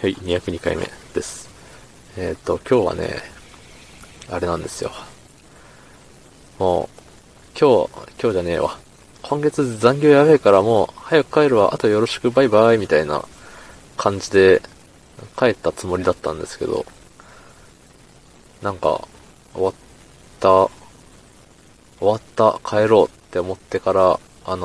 はい、202回目です。今日はね、あれなんですよ。もう、今日じゃねえわ。今月残業やべえからもう、早く帰るわ、あとよろしくバイバイ、みたいな感じで、帰ったつもりだったんですけど、なんか、終わった、帰ろうって思ってから、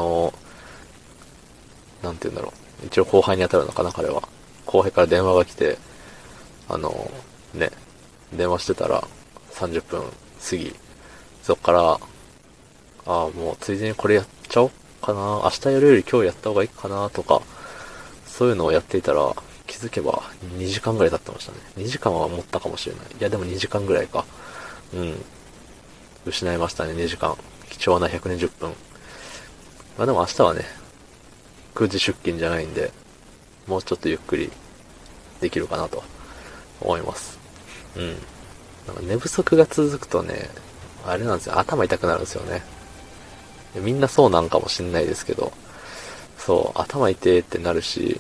なんて言うんだろう。一応後輩に当たるのかな、彼は。後輩から電話が来て、あの、ね、電話してたら30分過ぎ、そっから、もうついでにこれやっちゃおうかな、明日やるより今日やった方がいいかなとか、そういうのをやっていたら、気づけば2時間ぐらい経ってましたね。2時間は持ったかもしれない。いやでも2時間ぐらいか。うん。失いましたね、2時間。貴重な120分。まあでも明日はね、9時出勤じゃないんで、もうちょっとゆっくりできるかなと思います。うん。なんか寝不足が続くとね、あれなんですよ、頭痛くなるんですよね。みんなそうなんかもしんないですけど、そう、頭痛いってなるし、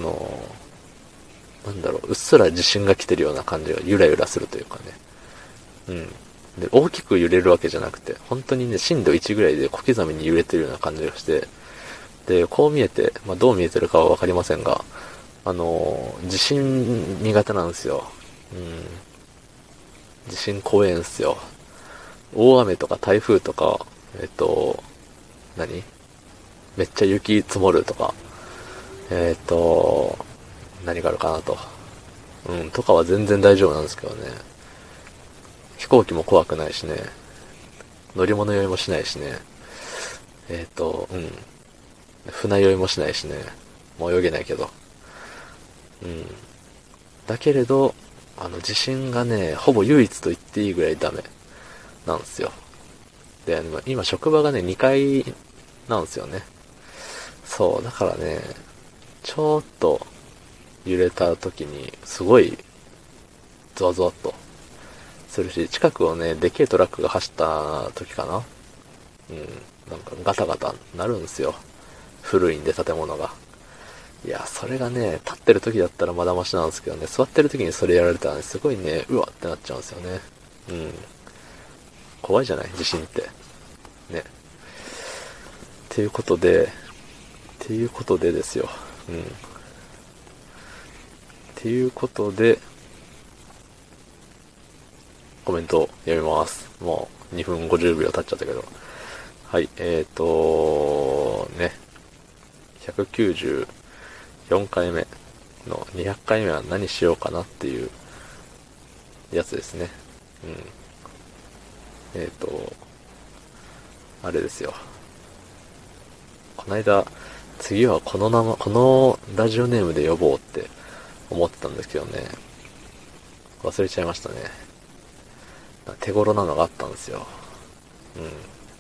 なんだろう、うっすら地震が来てるような感じがゆらゆらするというかね。うん。で、大きく揺れるわけじゃなくて、本当にね、震度1ぐらいで小刻みに揺れてるような感じがして、で、こう見えて、まあ、どう見えてるかはわかりませんが、地震苦手なんですよ。うん。地震怖いんですよ。大雨とか台風とか、何めっちゃ雪積もるとか、えっと、何があるかなと。うん、とかは全然大丈夫なんですけどね。飛行機も怖くないしね。乗り物酔いもしないしね。うん。船酔いもしないしね。もう泳げないけど。うん。だけれど、地震がね、ほぼ唯一と言っていいぐらいダメなんですよ。で、今職場がね、2階なんですよね。そう、だからね、ちょっと揺れた時に、すごい、ゾワゾワっとするし、近くをね、でけえトラックが走った時かな。うん、なんかガタガタなるんですよ。古いんで建物が。いや、それがね、立ってる時だったらまだマシなんですけどね、座ってる時にそれやられたらね、すごいね、うわってなっちゃうんですよね。うん。怖いじゃない地震って。ね。っていうことでですよ。うん。っていうことで、コメント読みます。もう2分50秒経っちゃったけど。はい、ね、194回目の200回目は何しようかなっていうやつですね。うん。あれですよ。こないだ、次はこのラジオネームで呼ぼうって思ってたんですけどね。忘れちゃいましたね。手頃なのがあったんですよ。うん。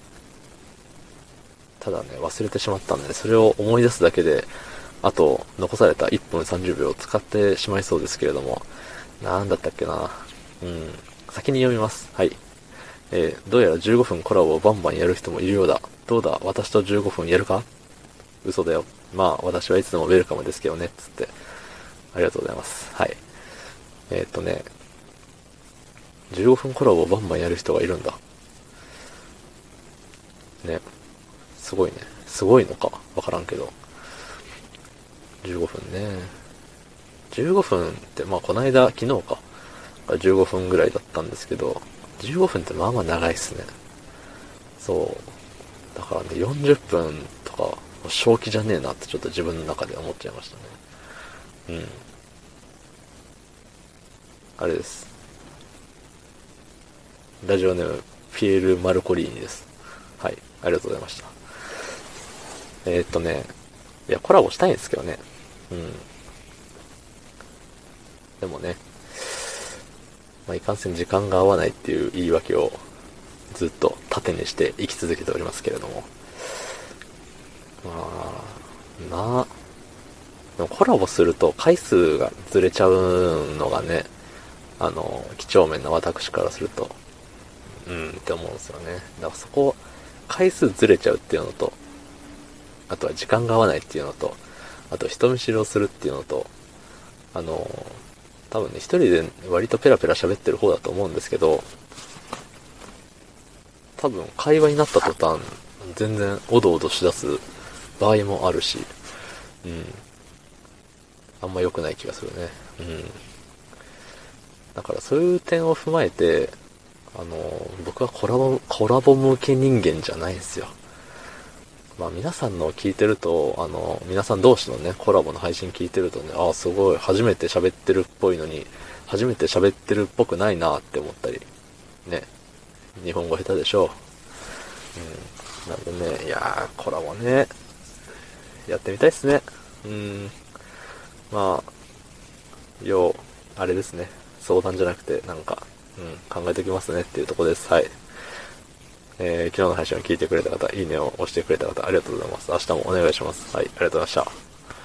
ただね、忘れてしまったんで、それを思い出すだけで、あと、残された1分30秒を使ってしまいそうですけれども、なんだったっけな。うん。先に読みます。はい。どうやら15分コラボをバンバンやる人もいるようだ。どうだ私と15分やるか嘘だよ。まあ、私はいつでもウェルカムですけどね。つって。ありがとうございます。はい。ね、15分コラボをバンバンやる人がいるんだ。ね。すごいね。すごいのか。わからんけど。15分ね。15分って、まあ、この間、昨日か。15分ぐらいだったんですけど、15分ってまあまあ長いっすね。そう。だからね、40分とか、正気じゃねえなってちょっと自分の中で思っちゃいましたね。うん。あれです。ラジオネーム、ピエール・マルコリーニです。はい。ありがとうございました。ね、いや、コラボしたいんですけどね。うん。でもね、まあ、いかんせん時間が合わないっていう言い訳をずっと盾にして生き続けておりますけれども。まあ、でもコラボすると回数がずれちゃうのがね、几帳面な私からすると、って思うんですよね。だからそこ、回数ずれちゃうっていうのと、あとは時間が合わないっていうのと、あと人見知りをするっていうのと、 多分ね、一人で割とペラペラ喋ってる方だと思うんですけど、多分会話になった途端、全然おどおどしだす場合もあるし、うん。あんま良くない気がするね。うん。だからそういう点を踏まえて、僕はコラボ向け人間じゃないんですよ。まあ皆さんの聞いてると、皆さん同士のね、コラボの配信聞いてるとね、ああ、すごい、初めて喋ってるっぽいのに、初めて喋ってるっぽくないなって思ったり、ね。日本語下手でしょう。なんでね、いやー、コラボね、やってみたいっすね。まあ、あれですね。相談じゃなくて、なんか、考えておきますねっていうところです。はい。昨日の配信を聞いてくれた方、いいねを押してくれた方、ありがとうございます。明日もお願いします。はい、ありがとうございました。